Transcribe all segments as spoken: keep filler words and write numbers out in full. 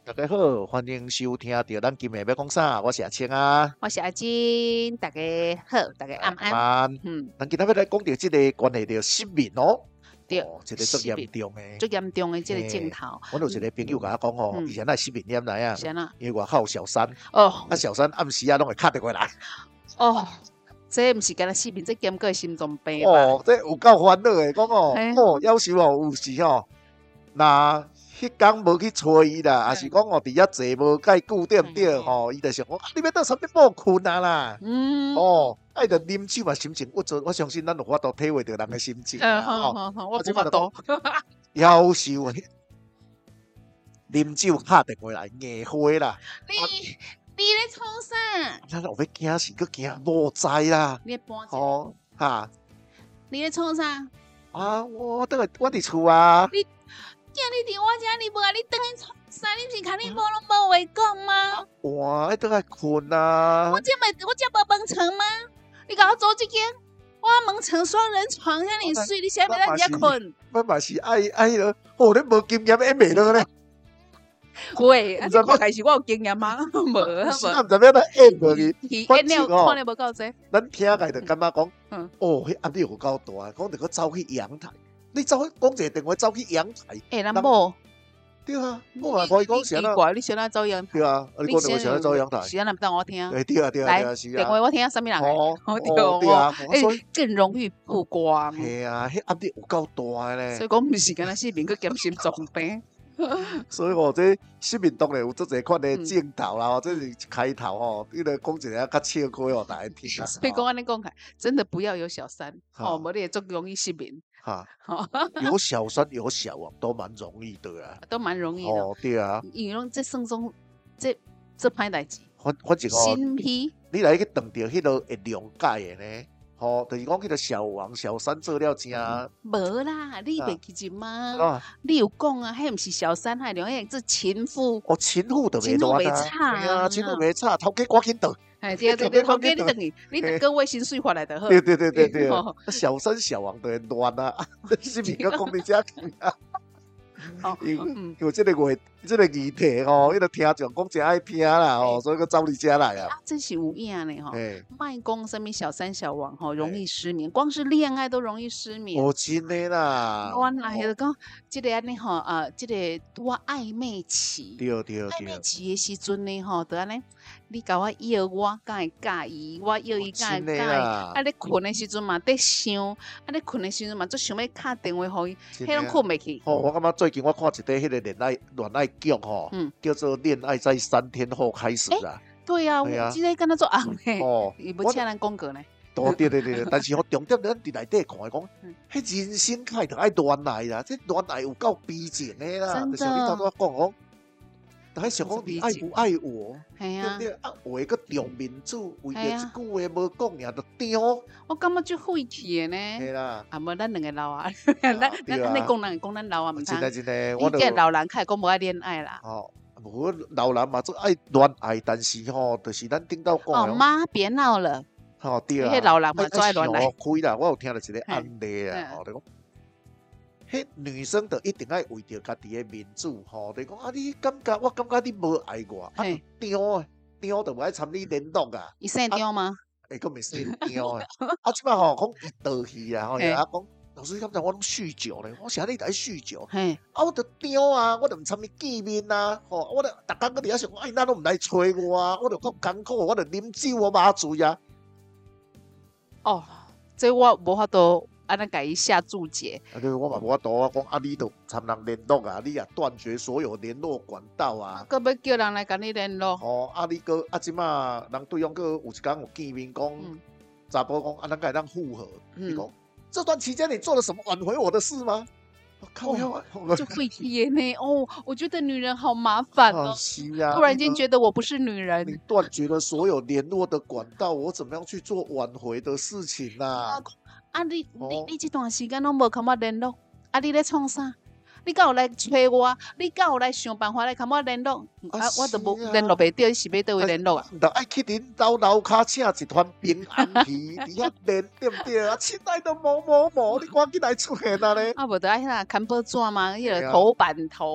大家好，欢迎收听到咱今日要讲啥？我是阿青啊， 我是阿金，大家好，大家安安。 安。 嗯， 咱今日要来讲到这个关系到失眠哦， 对， 哦，这个最严重的， 最严重的这个镜头。 我有一个朋友甲我讲哦，以前那失眠点来啊， 是啊， 因为外口有小三， 哦， 啊小三暗时啊拢会敲电话来， 哦，这不是干那失眠，这兼个心脏病吧？ 哦，这有够烦恼的，讲哦，哦，要是哦有时哦，那。迄天无去找伊啦，也是讲哦，伫遐坐无介固定着吼，伊就想讲，啊，你要到三点半困啊啦，嗯，哦，爱着啉酒嘛，心情不足，我相信咱有法度体会着人嘅心情。 嗯，好好好，我无法度。 夭寿啊！啉酒敲电话来，硬花啦。 你你咧创啥？ 咱后尾惊死，佮惊无知啦。 你搬哦，哈。 你咧创啥？ 啊，我倒来，我伫厝啊。 你。叫你伫我家，你无啊？你等下创啥？你不是看你无拢无话讲吗？ 哇，倒来困啊！ 我这没我这无门床吗？你甲我做这间，我门床双人床，遐尼水，你现在要人家困？ 我嘛是爱爱了，哦，你无经验，还袂落咧。 喂，啊，这开始我有经验吗？无，无。 啊，唔知要哪演落去。 演了看了无够济。 咱听起就感觉讲，哦，迄压力有够大，讲着佮走去阳台。你走去讲一个电话走去阳台， 诶，咱某对啊，我嘛可以讲啥啦？ 奇怪，你想哪走阳台？ 对啊，你讲电话想哪走阳台？ 是啊，那不当我听。 诶，对啊，对啊，对啊，是啊。 电话我听什么人？ 哦， 对啊， 所以更容易曝光。 系啊，迄压力有够大咧。 所以讲，毋是干那失眠，佮兼心脏病。 所以我这失眠当然有做一款的镜头啦，这是开头吼，你来讲一个较笑开哦，大家听。 所以讲安尼讲开，真的不要有小三哦，无你会足容易失眠。 哈，有小三有小王都蛮容易的啊， 都蛮容易的。 哦，对啊， 因为拢这算中这这歹代志。 反反正哦， 新批， 你来去当着迄个会谅解的呢。吼，就是讲迄个小王小三做了真。 无啦，你袂记住吗？你有讲啊，迄毋是小三，还两个是情妇。 哦，情妇就袂乱啊， 哎呀，情妇袂差，头家赶紧倒。 哎，对对对，头家你等于，你各位薪水发来的好。 对对对对对，小三小王就会乱啊，是咪个讲你遮去啊？因因为这个话，这个议题吼，迄个听众讲真爱听啦吼，所以佮走你遮来啊。 真是有影呢吼，卖讲什么小三小王吼，容易失眠，光是恋爱都容易失眠。 哦，真的啦。 原来就讲，这个安尼吼，啊，这个我暧昧期， 对对对， 暧昧期的时阵呢吼，就安尼，你甲我要我，敢会介意？我要伊，敢会介意？啊，你困的时阵嘛，在想，啊，你困的时阵嘛，就想要敲电话互伊，迄拢困袂去。 哦，我感觉最近我看一个迄个恋爱恋爱剧吼，叫做《恋爱在三天后开始》啊。 对啊，我今天跟他做红诶， 哦， 伊要请咱广告呢。 对对对对，但是我重点咱伫内底看讲，迄人生开头爱恋爱啦，这恋爱有够逼真诶啦，就像你头拄仔讲讲。还想讲你爱不爱我？对不对？啊，话个重面子，为着一句话无讲，尔就丢。 我感觉就晦气的呢。 系啦， 啊，无咱两个老啊，咱咱咱你讲人讲咱老啊，唔真的真的，我哋老人开讲无爱恋爱啦。 哦，无老人嘛，做爱恋爱，但是吼，就是咱顶到讲。 哦妈，别闹了。 哦对啊。 迄老人嘛做爱恋爱。 开啦，我有听到一个案例啊，哦，你讲。迄女生就一定爱为着家己的面子，吼，就讲啊，你感觉我感觉你无爱我，啊，丢啊，丢就无爱参你联络啊。 伊姓丢吗？ 诶，佫袂姓丢啊！啊，即摆吼讲伊倒去啊，吼，啊讲老师感觉我拢酗酒咧，我啥你在酗酒？嘿，啊，我就丢啊，我就毋参你见面啊，吼，我就逐工搁伫遐想，哎，哪拢毋来找我啊？我就够艰苦，我就啉酒啊，麻醉啊。 哦，这我无法度。啊，那改一下注解。 啊，对，我嘛无法度啊，讲啊，你都参人联络啊，你也断绝所有联络管道啊。 搁要叫人来跟你联络。 哦，啊，你搁啊，即马人对方搁有一天有见面，讲查甫讲啊，咱该当复合。你讲这段期间你做了什么挽回我的事吗？靠呀， 就会贴呢。哦，我觉得女人好麻烦哦。 是啊。 突然间觉得我不是女人。 你断绝了所有联络的管道，我怎么样去做挽回的事情啊？ 啊你你你这段时间拢无跟我联络，啊你咧创啥？你敢有来找我？你敢有来想办法来跟我联络？啊，我都无联络袂到，你是要倒位联络啊？ 就爱去恁兜楼骹请一团平安皮，伫遐练对不对啊？亲爱的某某某，你赶紧来出现啊咧！ 啊，无得爱那看报纸嘛，迄个头版头。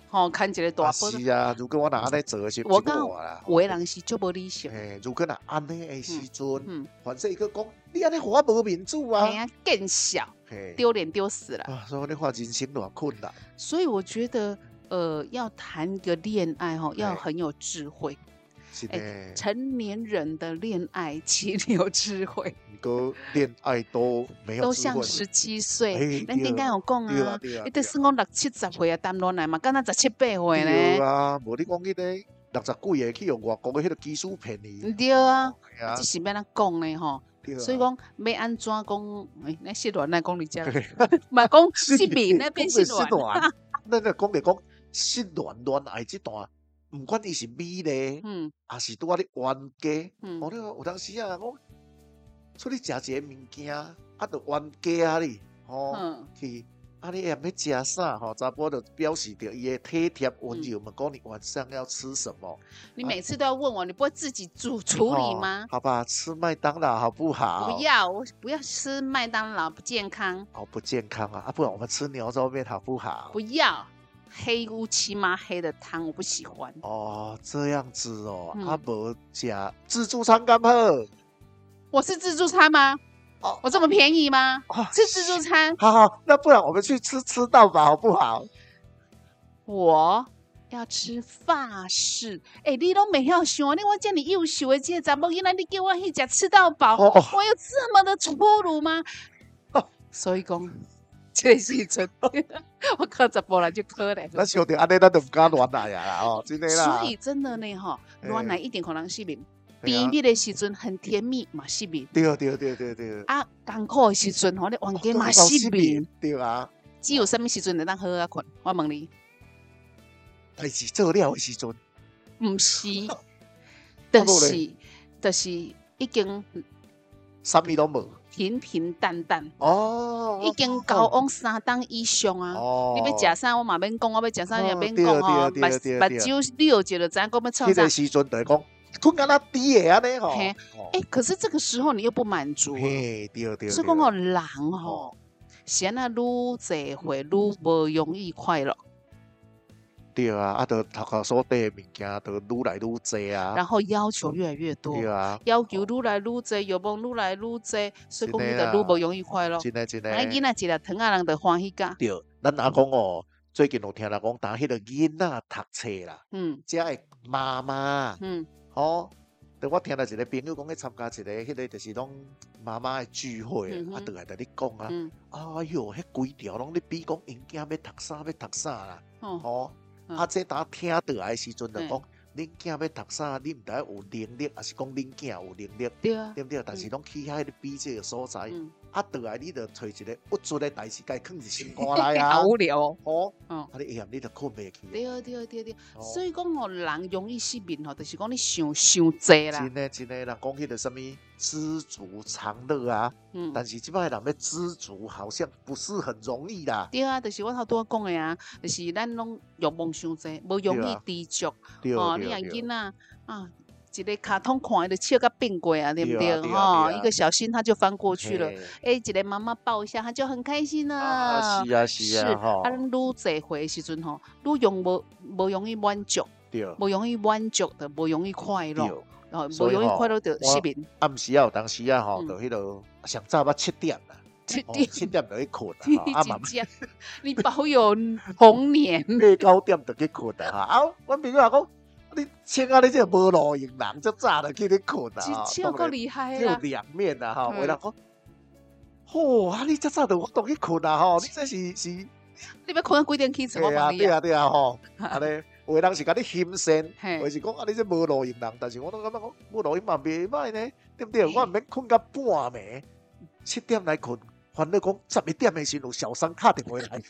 吼，看一个大波。 是啊，如果我若安尼做的时候， 我讲有的人是足无理性。 诶，如果若安尼的时阵，反正伊个讲，你安尼互我无面子啊， 哎呀，更小，丢脸丢死了。 啊，所以你话人生偌困难。 所以我觉得，呃，要谈一个恋爱哈，要很有智慧。哎，成年人的恋爱岂有智慧？ 个恋爱都没有都像十七岁，咱顶间有讲啊，你得算讲六七十岁啊，谈恋爱嘛，敢若十七八岁呢？ 对啊，无你讲迄个六十几个去用外国的迄个技术骗你。 对啊，这是要怎讲呢？吼，所以讲要安怎讲？哎，那失恋来讲你遮，嘛讲失眠那变失恋， 咱咧讲嚟讲失恋恋爱这段。唔管伊是美咧，嗯，还是拄啊咧冤家，嗯，我咧有当时啊，我出去食一个物件，啊，着冤家啊哩，吼、哦，去、嗯、啊你也要食啥？吼、哦，查甫就表示着伊的体贴温柔，问讲你晚上要吃什么？ 你每次都要问我，你不会自己煮处理吗、哦？ 好吧，吃麦当劳好不好？ 不要，我不要吃麦当劳，不健康。 哦，不健康啊！啊，不然我们吃牛肉面好不好？ 不要。黑乌漆嘛黑的汤我不喜欢哦，这样子哦，嗯、啊无加自助餐干好？ 我是自助餐吗？哦，我这么便宜吗？哦，是自助餐。 好好，那不然我们去吃吃到饱好不好？ 我要吃法式。哎、欸，你都没有想，你我叫你优秀的这个查某囡仔，你叫我去吃吃到饱，哦、我有这么的粗鲁吗？哦，所以讲。这个时阵，我靠十步来就可怜。 那想到安尼，咱就唔敢乱来啊！哦，真的啦。 所以真的呢，哈，乱来一点可能失眠。甜蜜的时阵很甜蜜嘛，失眠。 对对对对对。 啊，艰苦的时阵，吼，你冤家嘛失眠。 对啊。 只有什么时阵会当好啊困？我问你。 但是做了的时阵， 唔是，就是就是已经啥物都无。 平平淡淡哦， 已经交往三档以上啊！哦、你要食啥，我嘛免讲，我要食啥也免讲吼。目目睭溜一就知影讲要创啥。 迄个时阵就讲，困敢若低的安尼吼。 哎、欸，可是这个时候你又不满足。 嘿，对对。 所以讲哦，人吼，是安那愈侪会愈无容易快乐。 对啊，啊，就头壳所底的物件，就愈来愈多啊。 然后要求越来越多， 对啊， 要求愈来愈多，欲望愈来愈多，所以讲你就愈无容易快乐。 真的真的。 啊，囡仔一粒糖仔人就欢喜甲。 对，咱阿讲哦，最近有听人讲，当迄个囡仔读册啦，嗯，遮个妈妈，嗯，好，等我听到一个朋友讲去参加一个迄个就是拢妈妈的聚会，啊，倒来甲你讲啊，哎哟，迄规条拢咧比讲因囝要读啥要读啥啦，哦。啊！这当听倒来的时阵就讲，恁囝要读啥，你毋知有能力，还是讲恁囝有能力， 对啊， 对不对？但是拢去遐比这个所在，啊，倒来你就找一个不足的代志，该囥一心肝来啊， 好无聊哦。 哦，啊，你下暗你就困袂去。 对对对对，所以讲哦，人容易失眠吼，就是讲你想想济啦。 真的真的，人讲迄个什么知足常乐啊，嗯，但是即摆人要知足，好像不是很容易啦。 对啊，就是我头拄讲的啊，就是咱拢欲望伤济，无容易知足。哦，你像囡仔啊，一个卡通看的笑甲变过啊，对不对？哈，一个小心他就翻过去了。哎，一个妈妈抱一下，他就很开心了。 啊，是啊是啊， 哈。啊，咱愈侪回的时阵吼，愈容无无容易满足，对，无容易满足的，无容易快乐。哦，无容易快乐就失眠。 暗时啊，有当时啊，吼，就迄落上早要七点啦，七点七点就去困啦。 啊，慢慢，你保有童年。 八九点就去困啦，哈。啊，阮朋友也讲，你请啊，你这无路用人，这早就去咧困啦。 这够厉害啦！ 有两面啦，哈。为人讲，吼，啊，你这早就我都去困啦，吼，你这是是， 你要困几点起床？ 对啊，对啊，对啊，吼，安尼。有的人是甲你心善，或是讲啊，你这无路用人，但是我都感觉讲无路用嘛袂歹呢，对不对？我唔免困到半暝，七点来困，烦恼讲十一点的时候有小三打电话来，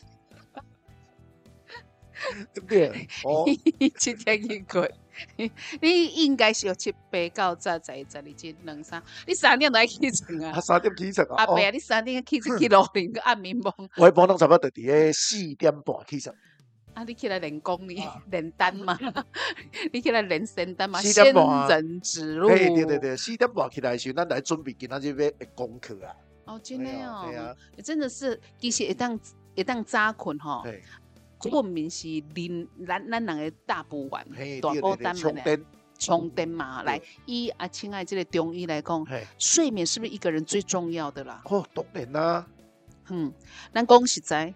对不对？哦， 七点去困，你应该是有七八九十十一十二十两三，你三点就爱起床啊？ 三点起床啊？ 阿伯啊，你三点起床去路林个暗暝梦， 我一般拢差不多伫个四点半起床。 啊！你起来练功呢？练单嘛？你起来练仙丹嘛？仙人指路。 对对对对，四点半起来时，咱来准备今仔日要功课啊。 哦，真的哦，真的是其实一旦一旦早困吼， 困眠是人咱咱人的大补丸，大补单的呢。充电嘛，来，以啊，亲爱这个中医来讲，睡眠是不是一个人最重要的啦？ 哦，当然啦。 嗯，咱讲实在，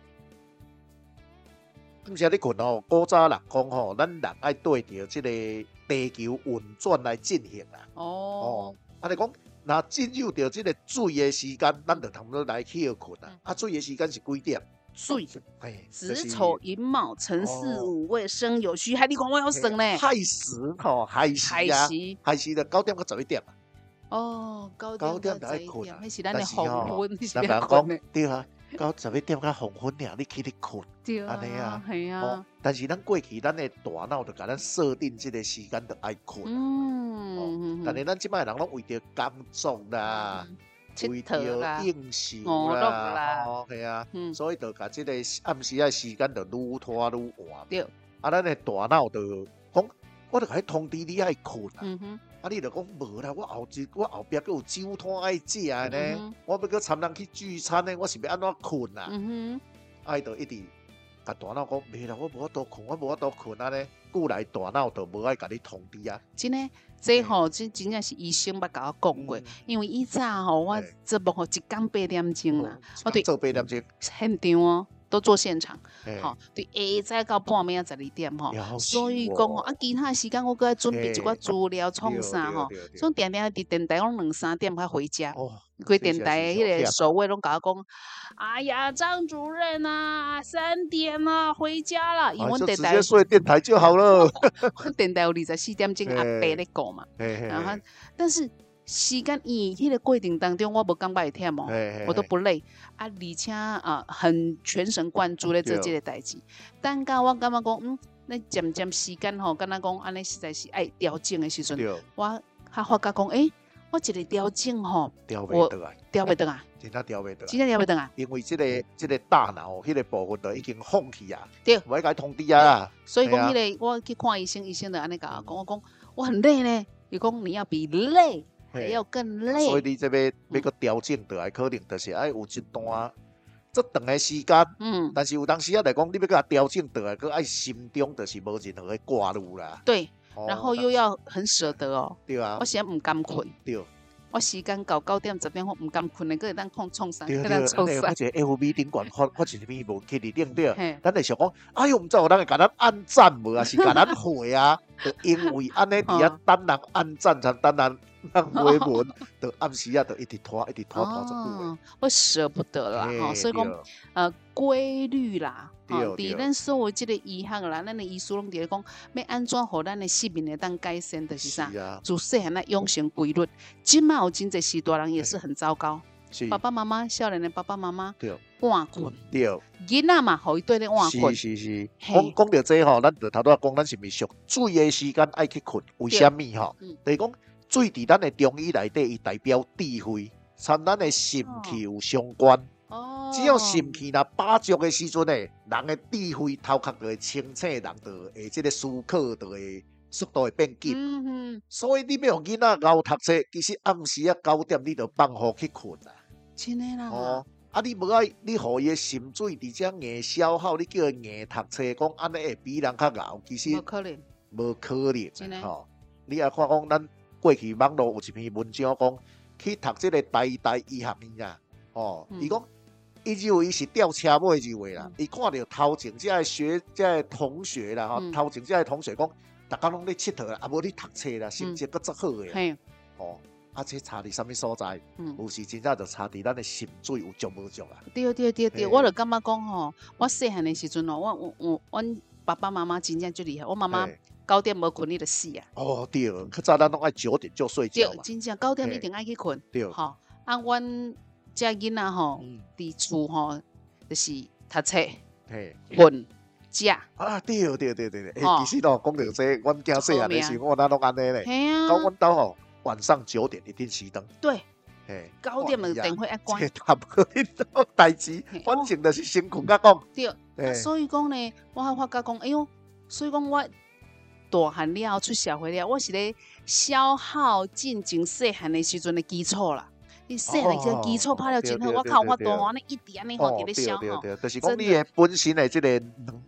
唔是你困吼，古早人讲吼，咱人爱对着这个地球运转来进行啦。哦，哦，啊，你讲，那进入到这个水的时间，咱就差不多来休困啦。啊，水的时间是几点？ 水，子丑寅卯辰巳午未申酉戌亥，你看我要算呢。 亥时吼，亥时啊，亥时就九点到十一点。 哦，九点到十一点，那是咱的黄昏，那是咱讲对啊，到十一点到黄昏了，你起嚟困， 对啊，系啊。 但是咱过去咱的大脑就甲咱设定这个时间就爱困。嗯，但是咱即摆人拢为着工作啦。为着应酬啦，哦，系啊，所以就甲即个暗时啊时间就愈拖愈晚。对，啊，咱的大脑就讲，我就甲你通知你爱困啊。嗯哼，啊，你就讲无啦，我后日我后壁佫有酒摊爱食呢，我要佫参人去聚餐呢，我是要安怎困啊？嗯哼，啊，伊就一直甲大脑讲，袂啦，我无法度困，我无法度困啊呢，故来大脑就无爱甲你通知啊。 真诶。这吼，真真正是医生捌甲我讲过，因为以前吼，我做梦吼一天八点钟啦，我对做八点钟现场哦，都做现场，吼，对下早到半暝啊十二点吼，所以讲吼，啊其他时间我搁爱准备一寡资料创啥吼，所以定定伫电台拢两三点才回家，规电台迄个守卫拢甲我讲，哎呀，张主任啊，三点啊回家了，因为电台直接睡电台就好了， 电台有二十四点钟阿伯咧讲嘛，然后但是。时间伊迄个过程当中，我无感觉会忝哦，我都不累啊，而且啊，很全神贯注咧做这个代志。等到我感觉讲，嗯，那渐渐时间吼，敢若讲安尼实在是爱调整的时阵，我较发觉讲，诶、欸，我一个调整吼， 调袂得啊， 调袂得啊， 真正调袂得， 真正调袂得啊， 因为这个这个大脑迄个部分都已经放弃啊，对，我爱甲通知啊。 所以讲迄、那个，我去看医生，医生就安尼甲我讲，我讲我很累呢，伊讲你要比累。还要更累， 所以你这边要个调整，就爱可能就是爱有一段这长的时间，嗯，但是有当时啊来讲，你要甲调整倒来，个爱心中就是无任何的挂虑啦。 对，然后又要很舍得哦。 对啊， 我现在唔敢困。 对。 我时间到九点十点，我唔敢困的，个当空创啥， 个当创啥。我一个 F B 顶管发发一篇无去伫顶顶，咱就想讲，哎呦，唔知有人会甲咱按赞无啊？是甲咱回啊？就因为安尼伫遐等人按赞，才等人人回文，就暗时啊，就一直拖，一直拖拖足久。 我舍不得啦，吼，所以讲，呃，规律啦。哦，伫咱所有即个医学啦，咱的医师拢伫咧讲，要安怎互咱的性命会当改善，就是啥？自细汉来养成规律。今嘛有真侪时大人也是很糟糕，爸爸妈妈少年的爸爸妈妈晚困，囡仔嘛，互伊对咧晚困。 是是是，讲讲到这吼，咱就头拄仔讲，咱是咪属水的时间爱去困？为虾米吼？就是讲水伫咱的中医内底，伊代表智慧，参咱的心气有相关。哦，只要心气若饱足的时阵咧，人的智慧头壳就会清醒，人就会即个思考就会速度会变紧。嗯嗯，所以你要让囡仔熬读册，其实暗时啊九点你就放互去困啦。 真诶啦。 哦，啊你无爱，你互伊的心水伫遮硬消耗，你叫伊硬读册，讲安尼会比人较熬，其实无可能， 无可能。真诶。吼，你也看讲，咱过去网络有一篇文章讲，去读即个台大医学院啊，哦，伊讲。伊以为伊是吊车尾以为啦，伊、嗯、看到头前这些学、这些同学啦，吼、嗯，头前这些同学讲，大家拢咧佚佗啦，啊无咧读册啦，成绩佫足好诶。嗯、哦，啊，这差伫啥物所在？嗯，有时真正就差伫咱诶心水有足无足啊。 对对对对，我就感觉讲吼，我细汉诶时阵哦，我我我，阮爸爸妈妈真正最厉害，我妈妈九点无困你就死啊。 哦，对，较早咱拢爱九點就睡覺嘛。 對，真正九點一定愛去困。 對， 吼，啊，阮遮囡仔吼，佇厝吼，就是讀冊、瞓、食。 啊，對對對對對，誒，其實咯，講到這，阮囝細漢的時候，我哪攏安尼咧？係啊。到阮兜吼，晚上九點一定熄燈。 對。誒，九點就電火一關。 這搭無迄種代誌，反正就是先困甲講。 對。所以講呢，我還發覺講，哎呦，所以講我大漢了出社會了，我是咧消耗進前細漢的時陣的基礎啦。你細漢嘅基礎拍了真好，我靠，我大漢呢一點呢，我給你消耗。 就是講你嘅本身嘅即個能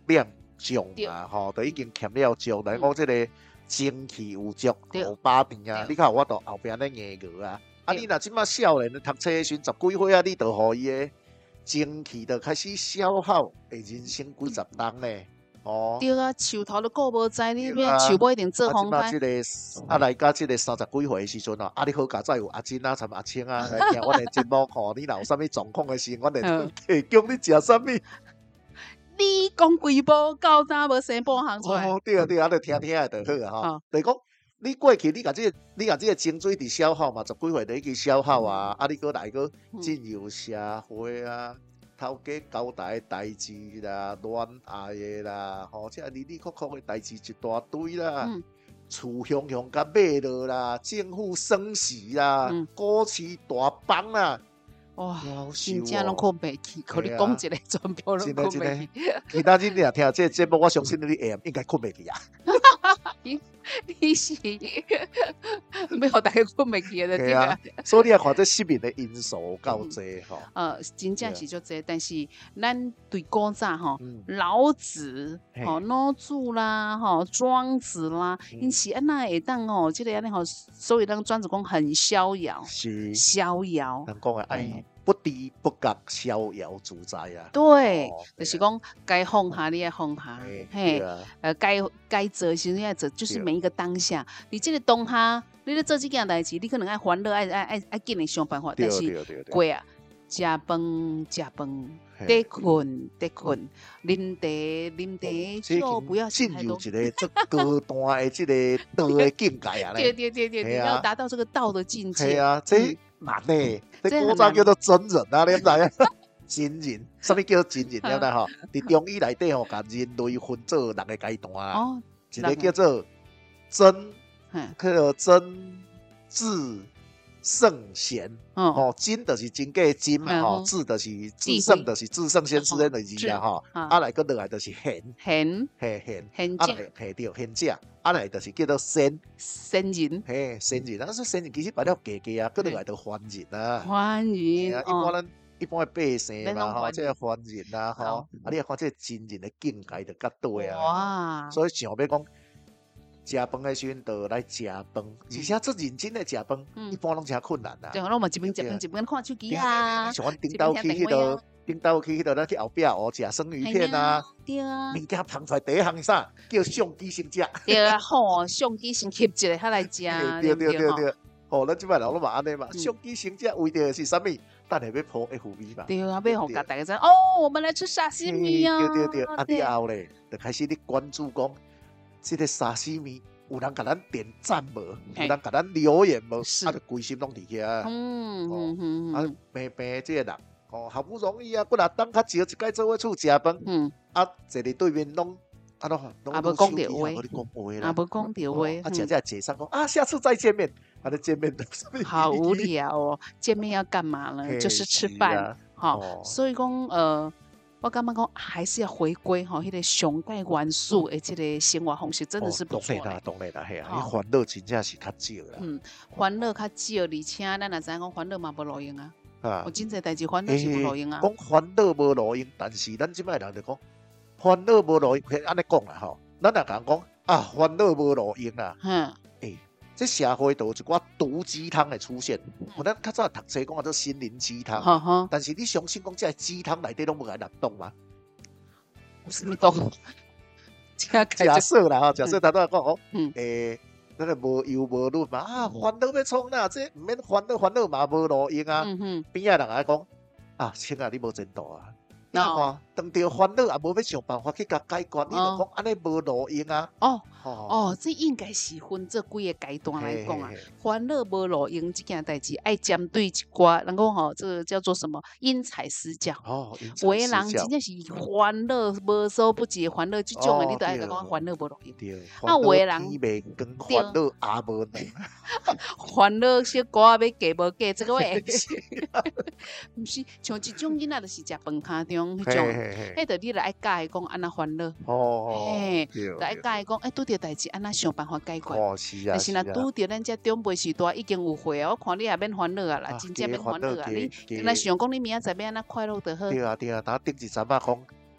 量重啊，吼，都已经欠了足。来讲这个精气有足，后把边啊，你看我到后边咧硬额啊。啊，你若即马少年读册时阵十几岁啊，你就互伊诶精气就开始消耗，会人生几十冬咧。哦， 对啊，树头都顾无在，你变树不一定做风台。啊，即个啊来甲即个三十几岁诶时阵哦，啊你好佳再有阿珍啊、参阿青啊来听阮诶节目吼，你若有啥物状况诶时，阮会提供你食啥物。 你讲几步到早无生半项出来。 哦，对啊对啊，啊就听听下就好啊吼。就是讲你过去你甲即个你甲即个精水伫消耗嘛，十几岁就已经消耗啊，啊你搁来搁进入社会啊。头家交代的代志啦，恋爱的啦，吼，即个里里扣扣的代志一大堆啦，厝乡乡甲买落啦，政府升息啦，股市大崩啦， 哇，真正拢困袂去，可你讲一个全部拢困袂去。 其他人听听这节目，我相信你下应该困袂去啊。 你是要互大家困袂去的，对啊。 所以你也看这失眠的因素够济吼。 呃，真正是足济，但是咱对古早吼，老子、吼老子啦、吼庄子啦，因是安那会当吼，即个安尼吼，所以咱庄子讲很逍遥，是逍遥。 人讲的哎。不知不觉逍遥自在啊！ 对，哦、就是讲该放下你也放下，嘿，啊、呃，该该做的时候你要做，就是每一个当下。你这个当下，你咧做这件代志，你可能爱欢乐，爱爱爱爱紧的想办法，但是过啊，食饭食饭，得困得困，啉茶啉茶，就不要进入一个这高端的这个道的境界啊！ 对对对对，你要达到这个道的境界。 系啊，这难呢。这古早叫做真人啊，你知影？真人，什么叫真人？了解吼？伫中医内底吼，把人类分做六个阶段啊。哦，一个叫做真，叫做真、智、圣、贤。哦，真就是真假真嘛，吼；智就是智圣，就是智圣先师的字啊，吼。啊来个落来就是贤， 贤， 嘿贤， 贤者， 嘿对，贤者。啊来就是叫做仙， 仙人， 嘿仙人，啊说仙人其实摆了价价啊，搁落来就凡人啊， 凡人， 一般咱一般的百姓嘛，吼，即个凡人啊，吼，啊你看这真人的境界就较多啊，哇，所以想要讲食饭的时阵就来食饭，而且做认真的食饭，一般拢真困难啊。 对，我嘛一边食饭一边看手机啊， 像阮顶斗去迄个。顶斗去迄度，咱去后壁哦，食生鱼片啊， 对啊， 物件捧出来第一项啥？叫相机先食。 对啊，吼，相机先翕一个，遐来食。 对对对对，吼，咱即摆人拢嘛安尼嘛，相机先食为着是啥物？等下要破 F B 嘛。 对啊，要互甲大家知，哦，我们来吃沙西米啊。 对对对，啊，以后咧，就开始你关注讲，这个沙西米有人甲咱点赞无？有人甲咱留言无？啊，就规心拢伫遐。嗯嗯嗯，啊，平平这个人。哦，好不容易啊，骨力当较少，一摆做伙出食饭，嗯，啊，坐伫对面拢，啊，拢拢无讲着话， 啊， 无讲着话， 啊，食食坐上讲啊，下次再见面，啊，那见面的好无聊哦，见面要干嘛呢？就是吃饭，好，所以讲呃，我感觉讲还是要回归吼，迄个上界元素的这个生活方式真的是不错。 当然啦，当然啦，系啊，你欢乐真正是较少啦。 嗯，欢乐较少，而且咱也知影讲欢乐嘛无路用啊。有真侪代志欢乐是无路用啊。 讲欢乐无路用，但是咱即摆人就讲欢乐无路用，安尼讲啦吼。咱也讲讲啊，欢乐无路用啦。嗯。诶，这社会都有一寡毒鸡汤的出现。我咱较早读册讲做心灵鸡汤。哈哈。但是你相信讲这鸡汤内底拢无爱人动吗？ 有啥物动？ 假设啦吼，假设他都讲哦，诶。那个无忧无虑嘛，啊，烦恼要创哪？这唔免烦恼，烦恼嘛无路用啊。边仔人来讲，啊，亲啊，你无前途啊。你看，当着烦恼也无要想办法去甲解决，你就讲安尼无路用啊。 哦哦，这应该是分这几个阶段来讲啊。烦恼无路用这件代志，爱针对一寡，人讲吼，这个叫做什么？因材施教。哦，有的人真正是烦恼无所不至，烦恼这种的，你都爱讲烦恼无路用。 那有的人跟烦恼也无能。 烦恼小歌要嫁无嫁，这个会。不是，像这种囡仔就是食饭卡中迄种，迄着你来爱教伊讲安那烦恼。哦，嘿，来教伊讲，哎，拄着代志安那想办法解决。哦，是啊，但是若拄着咱这长辈时代已经有岁啊，我看你也免烦恼啊啦，真正免烦恼啊。你若想讲你明仔载要安那快乐就好。 对啊对啊，呾顶一阵仔讲，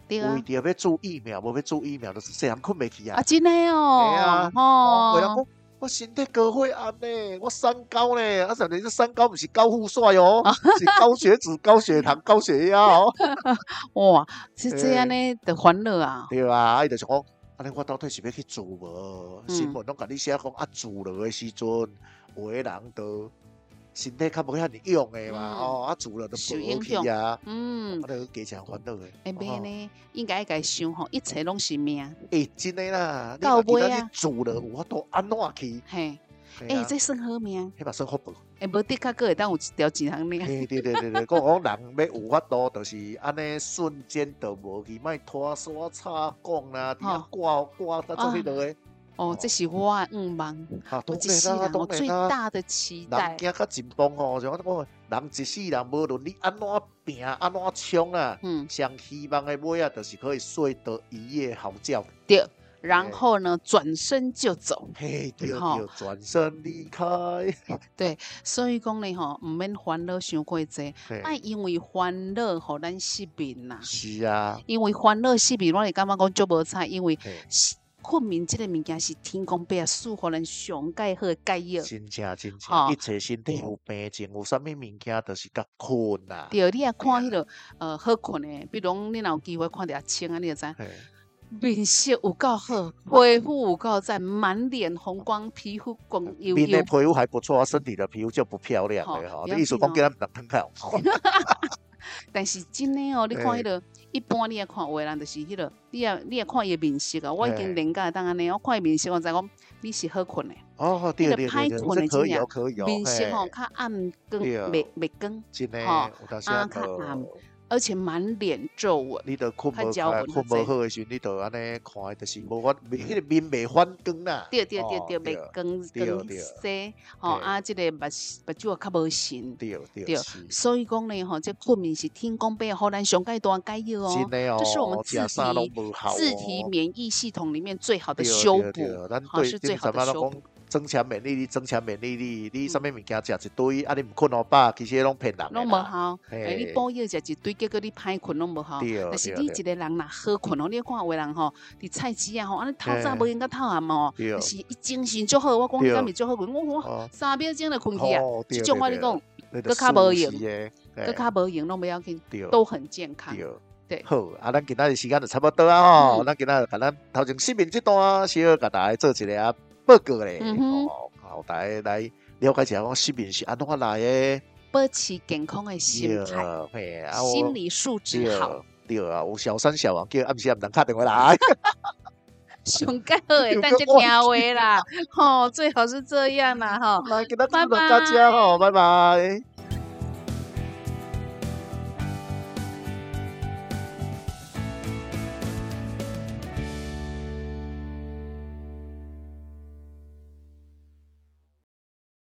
对啊， 为着要注疫苗，无要注疫苗，就是细汉困袂去啊。 啊，真的哦， 系啊， 哦， 有人讲我身体高血压呢，我三高呢，啊，实际这三高不是高富帅哦，是高血脂、高血糖、高血压哦。 哇，是这样呢的欢乐啊。 对啊，啊，伊就想讲，安尼我到底是要去住无？新闻拢甲你写讲啊，住落的时阵，有的人都身体较无遐尼用的嘛，哦，啊住了都无去啊，嗯，啊，就加强烦恼的。 下面呢，应该该想吼，一切拢是命。 诶，真的啦， 到尾啊， 住了有法度安怎去？ 嘿，诶，这算好命， 迄嘛算福报。 诶，无的确个会当有一条钱通领。 对对对对对，讲讲人要有法度，就是安尼瞬间就无去，莫拖沙插讲啦，伫遐挂挂到做迄落诶。 哦，这是我的愿望，我一世人我最大的期待。 人行较进步吼，像我讲，人一世人无论你安怎拼，安怎冲啊，嗯，上希望的尾啊，就是可以睡得一夜好觉。 对，然后呢，转身就走。 嘿，对对，转身离开。 对，所以讲呢，吼，唔免烦恼伤过济，爱因为烦恼互咱失眠啦。 是啊， 因为烦恼失眠，我会感觉讲足无彩，因为。困眠这个物件是天公伯啊，赐予咱上介好的解药。 真正真正，一切身体有病症，有啥物物件都是甲困啦。 对，你也看迄个呃好困的，比如你若有机会看到青啊，你就知。面色有够好，皮肤有够赞，满脸红光，皮肤光油油。 面的皮肤还不错，身体的皮肤就不漂亮了哈。你意思讲叫咱唔能看好。 但是真的哦，你看迄个，一般你也看有的人就是迄个，你也你也看伊的面色啊。我已经练到当安尼，我看伊面色，我知讲你是好困的。 哦，对对对对，这可以哦，可以哦。 面色吼较暗光，袂袂光， 吼啊较暗。而且满脸皱纹， 你都困无开，困无好的时，你都安尼看，就是无法，迄个面袂反光啦。 对对对对，袂光光色，吼啊，即个目目睭较无神。 对对， 所以讲呢，吼，这困眠是天公伯互咱上介大解药哦。 真的哦， 这是我们自体自体免疫系统里面最好的修补，好是最好的修补。 增强免疫力，增强免疫力，你啥物物件食一堆，啊，你唔困好饱，其实拢骗人。 拢无效，诶，你补药食一堆，结果你歹困拢无效。但是你一个人若好困哦，你看有个人吼，伫菜市啊吼，安尼透早无闲甲透暗哦，就是伊精神足好。我讲你敢是足好困，我我三秒钟就困去啊。即种我你讲，搁较无用，搁较无用拢不要紧，都很健康。对， 好，啊，咱今仔日时间就差不多啊吼，咱今仔日甲咱头前失眠这段，小甲大家做一个啊。报告咧，哦，好，大家来了解一下，讲失眠是安怎来的， 保持健康的心态，心理素质好。 对啊，有小三小王叫暗时唔能打电话来， 上介好诶，等只听话啦，吼，最好是这样啦，吼， 来，今仔日大家吼，拜拜。